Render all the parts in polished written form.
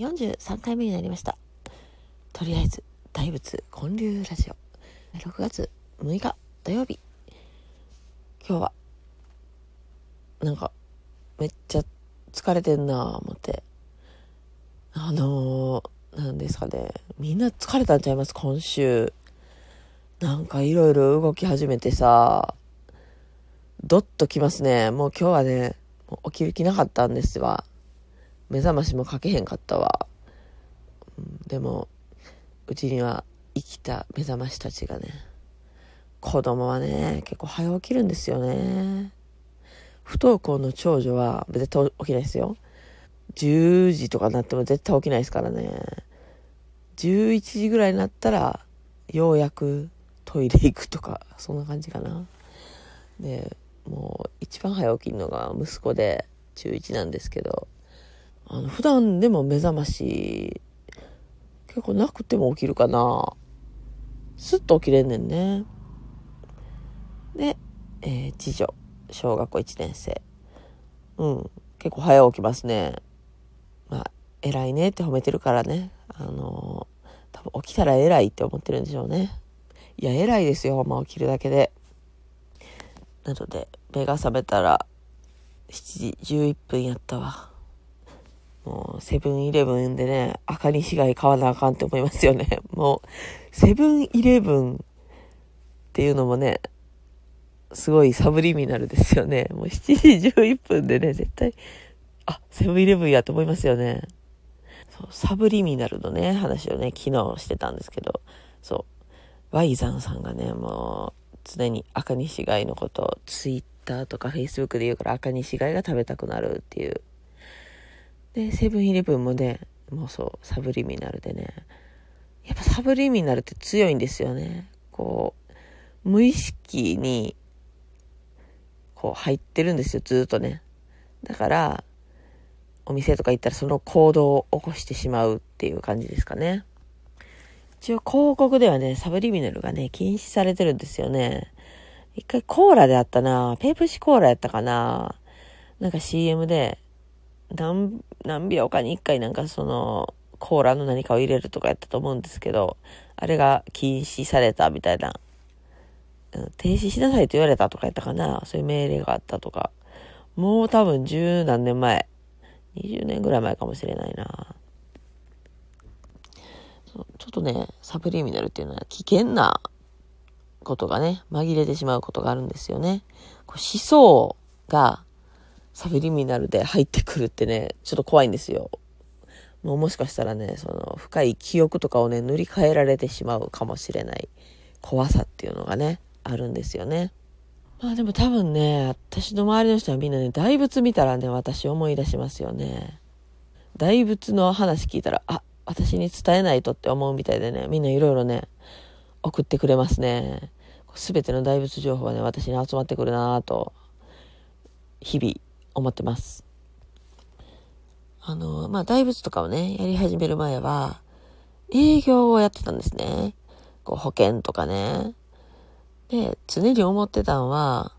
43回目になりました。とりあえず大仏建立ラジオ6月6日土曜日。今日はなんかめっちゃ疲れてんなぁ思って、なんですかね、みんな疲れたんちゃいます？今週なんかいろいろ動き始めてさ、ドッときますね。もう今日はね、もう起きる気なかったんですわ。目覚ましもかけへんかったわ。でもうちには生きた目覚ましたちがね、子供はね結構早起きるんですよね。不登校の長女は絶対起きないですよ。10時とかなっても絶対起きないですからね。11時ぐらいになったらようやくトイレ行くとか、そんな感じかな。でもう一番早起きるのが息子で中1なんですけど、普段でも目覚まし結構なくても起きるかな。スッと起きれんねんね。で、次女小学校1年生、結構早起きますね。まあ偉いねって褒めてるからね、多分起きたら偉いって思ってるんでしょうね。いや偉いですよ、起きるだけで。なので目が覚めたら7時11分やったわ。もうセブンイレブンでね、赤西貝買わなあかんって思いますよね。もうセブンイレブンっていうのもね、すごいサブリミナルですよね。もう7時11分でね、絶対セブンイレブンやと思いますよね。そう、サブリミナルのね話をね昨日してたんですけど、そうワイザンさんがね、もう常に赤西貝のことをツイッターとかフェイスブックで言うから、赤西貝が食べたくなるっていう。でセブンイレブンもね、もうそうサブリミナルでね、やっぱサブリミナルって強いんですよね。こう無意識にこう入ってるんですよ、ずっとね。だからお店とか行ったらその行動を起こしてしまうっていう感じですかね。一応広告ではね、サブリミナルがね禁止されてるんですよね。一回コーラであったな、ペプシコーラやったかな、なんか CM で何秒かに一回なんかそのコーラの何かを入れるとかやったと思うんですけど、あれが禁止されたみたいな、停止しなさいと言われたとかやったかな、そういう命令があったとか。もう多分十何年前、20年ぐらい前かもしれないな。ちょっとね、サブリミナルっていうのは危険なことがね紛れてしまうことがあるんですよね。思想がサブリミナルで入ってくるってね、ちょっと怖いんですよ。もしかしたらね、その深い記憶とかをね塗り替えられてしまうかもしれない怖さっていうのがねあるんですよね。でも多分ね、私の周りの人はみんなね、大仏見たらね私思い出しますよね。大仏の話聞いたら私に伝えないとって思うみたいでね、みんないろいろね送ってくれますね。すべての大仏情報はね私に集まってくるなぁと日々思ってます。大仏とかをねやり始める前は営業をやってたんですね。保険とかね。で常に思ってたんは、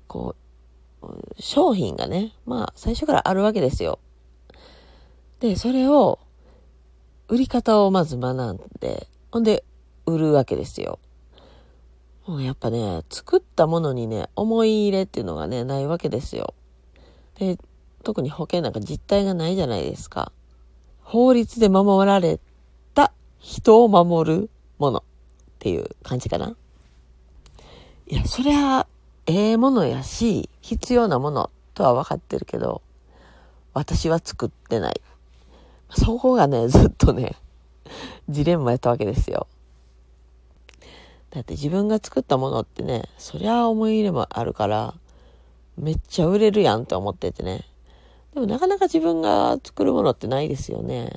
商品がね最初からあるわけですよ。でそれを売り方をまず学んで、ほんで売るわけですよ。もうやっぱね、作ったものにね思い入れっていうのがねないわけですよ。で特に保険なんか実態がないじゃないですか。法律で守られた人を守るものっていう感じかな。いや、そりゃええものやし必要なものとは分かってるけど、私は作ってない。そこがねずっとねジレンマやったわけですよ。だって自分が作ったものってね、そりゃ思い入れもあるからめっちゃ売れるやんって思っててね。でもなかなか自分が作るものってないですよね。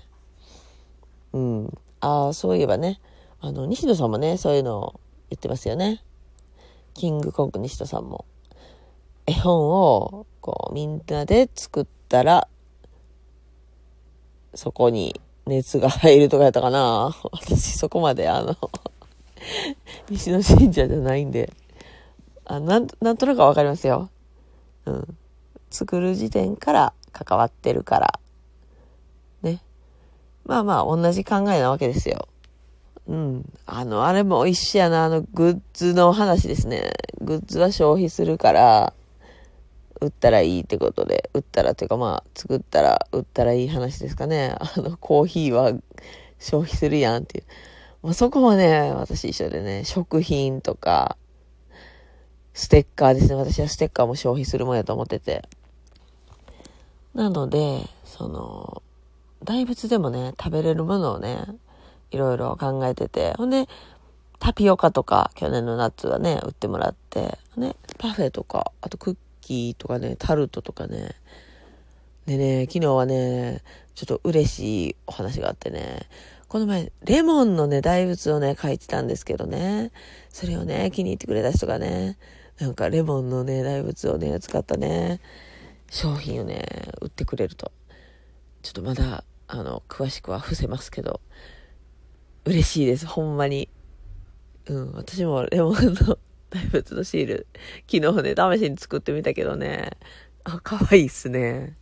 そういえばね、西野さんもねそういうのを言ってますよね。キングコング西野さんも絵本をみんなで作ったらそこに熱が入るとかやったかな。私そこまで西野信者じゃないんで、なんとなくわかりますよ。作る時点から関わってるからね。 まあまあ、同じ考えなわけですよ。うん。あれも一緒やな、グッズの話ですね。グッズは消費するから、売ったらいいってことで、売ったらというかまあ、作ったら売ったらいい話ですかね。コーヒーは消費するやんっていう。まあ、そこもね、私一緒でね、食品とか、ステッカーですね。私はステッカーも消費するもんやと思ってて。なので、大仏でもね、食べれるものをね、いろいろ考えてて。ほんで、タピオカとか、去年の夏はね、売ってもらって、ね、パフェとか、あとクッキーとかね、タルトとかね。でね、昨日はね、ちょっと嬉しいお話があってね、この前、レモンのね、大仏をね、書いてたんですけどね、それをね、気に入ってくれた人がね、なんかレモンのね、大仏をね、使ったね、商品をね、売ってくれると。ちょっとまだ、詳しくは伏せますけど、嬉しいです、ほんまに。うん、私もレモンの大仏のシール、昨日ね、試しに作ってみたけどね、可愛いっすね。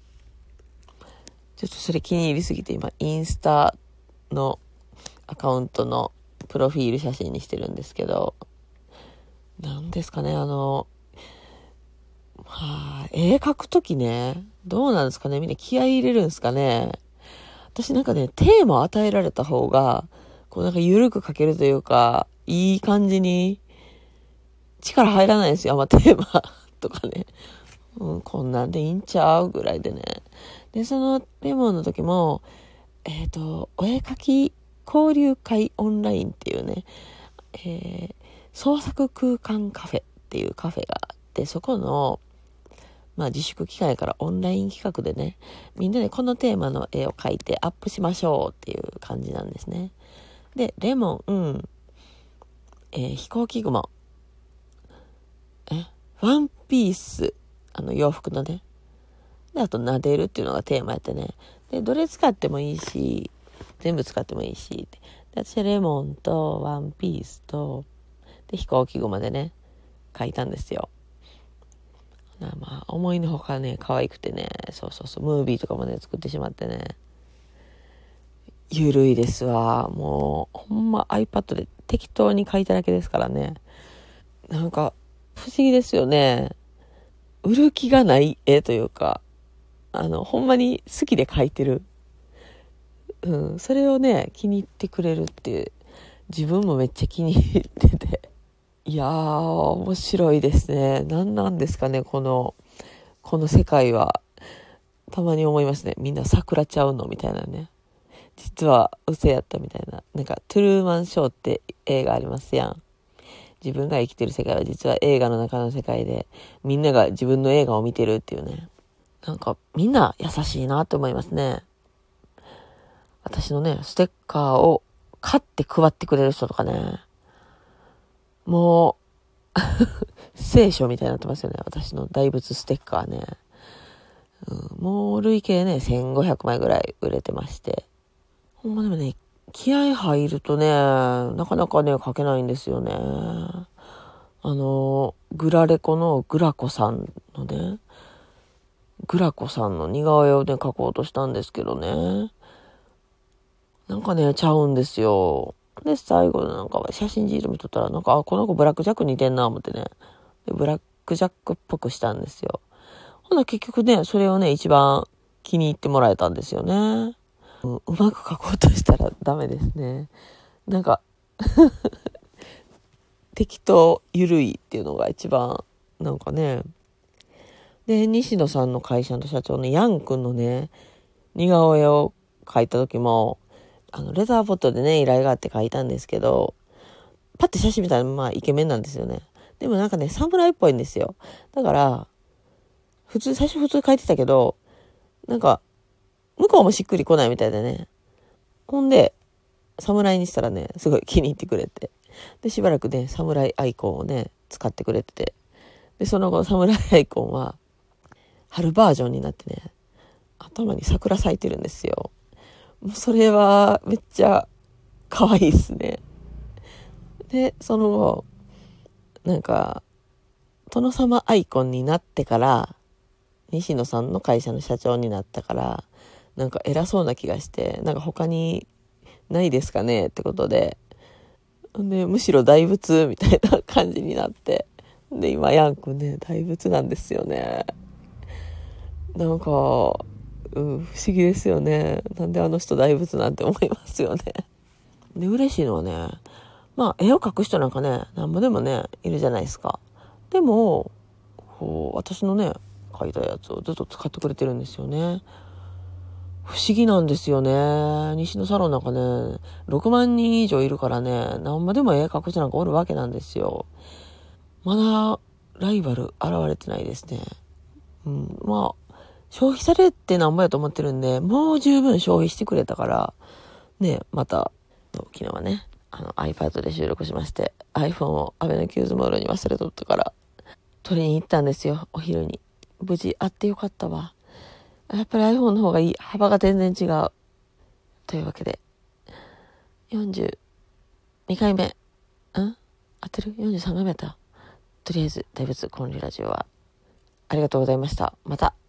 ちょっとそれ気に入りすぎて今、インスタのアカウントのプロフィール写真にしてるんですけど、なんですかね、絵描くときね、どうなんですかね、みんな気合い入れるんですかね。私なんかね、テーマを与えられた方が、こうなんか緩く描けるというか、いい感じに力入らないんですよ、テーマとかね。うん、こんなんでいいんちゃうぐらいでね。で、そのレモンの時も、お絵描き交流会オンラインっていうね、創作空間カフェっていうカフェがあって、そこの、まあ自粛期間やからオンライン企画でね、みんなでこのテーマの絵を描いてアップしましょうっていう感じなんですね。で、レモン、飛行機雲、ワンピース、洋服のね。で、あと、撫でるっていうのがテーマやってね。で、どれ使ってもいいし、全部使ってもいいし。で、私はレモンとワンピースと、で、飛行機雲でね、書いたんですよ。まあ、思いのほかね、可愛くてね、そう、ムービーとかもね、作ってしまってね。ゆるいですわ。もう、ほんま iPad で適当に書いただけですからね。なんか、不思議ですよね。売る気がない絵というか、ほんまに好きで描いてる。うん、それをね、気に入ってくれるっていう、自分もめっちゃ気に入ってて。いやー、面白いですね。何なんですかね、この世界は。たまに思いますね。みんな桜ちゃうのみたいなね。実は嘘やったみたいな。なんか、トゥルーマンショーって映画ありますやん。自分が生きてる世界は実は映画の中の世界で、みんなが自分の映画を見てるっていうね。なんか、みんな優しいなって思いますね。私のね、ステッカーを買って配ってくれる人とかね。もう、聖書みたいになってますよね。私の大仏ステッカーね。もう累計ね、1500枚ぐらい売れてまして。ほんまでもね、気合入るとね、なかなかね、書けないんですよね。グラレコのグラコさんのね、グラコさんの似顔絵をね、描こうとしたんですけどね。なんかね、ちゃうんですよ。で、最後なんか写真じー見とったら、なんか、この子ブラックジャック似てんな、思ってね。でブラックジャックっぽくしたんですよ。ほな結局ね、それをね、一番気に入ってもらえたんですよね。うまく描こうとしたらダメですね。なんか、適当ゆるいっていうのが一番、なんかね。で、西野さんの会社の社長のヤン君のね、似顔絵を描いた時も、レザーボットでね、依頼があって描いたんですけど、パッて写真見たら、まあ、イケメンなんですよね。でもなんかね、侍っぽいんですよ。だから、最初普通描いてたけど、なんか、向こうもしっくり来ないみたいでね。ほんで、侍にしたらね、すごい気に入ってくれて。で、しばらくね、侍アイコンをね、使ってくれてて。で、その後、侍アイコンは、春バージョンになってね、頭に桜咲いてるんですよ。もうそれは、めっちゃ、可愛いっすね。で、その後、なんか、殿様アイコンになってから、西野さんの会社の社長になったから、 なんか偉そうな気がして、なんか他にないですかねってことで、で、むしろ大仏みたいな感じになって、で、今、ヤン君ね、大仏なんですよね。なんか、不思議ですよね。なんであの人大仏なんて思いますよね。で、嬉しいのはね、まあ、絵を描く人なんかね、なんぼでもね、いるじゃないですか。でも、こう、私のね、描いたやつをずっと使ってくれてるんですよね。不思議なんですよね。西のサロンなんかね、6万人以上いるからね、なんぼでも絵描く人なんかおるわけなんですよ。まだ、ライバル現れてないですね。まあ、消費されてなんぼやと思ってるんで、もう十分消費してくれたから、ね、また、昨日はね、iPad で収録しまして、iPhone をアベノキューズモールに忘れとったから、取りに行ったんですよ、お昼に。無事会ってよかったわ。やっぱり iPhone の方がいい。幅が全然違う。というわけで、42回目。合ってる？ 43 回目やった。とりあえず、大仏コンリラジオは、ありがとうございました。また。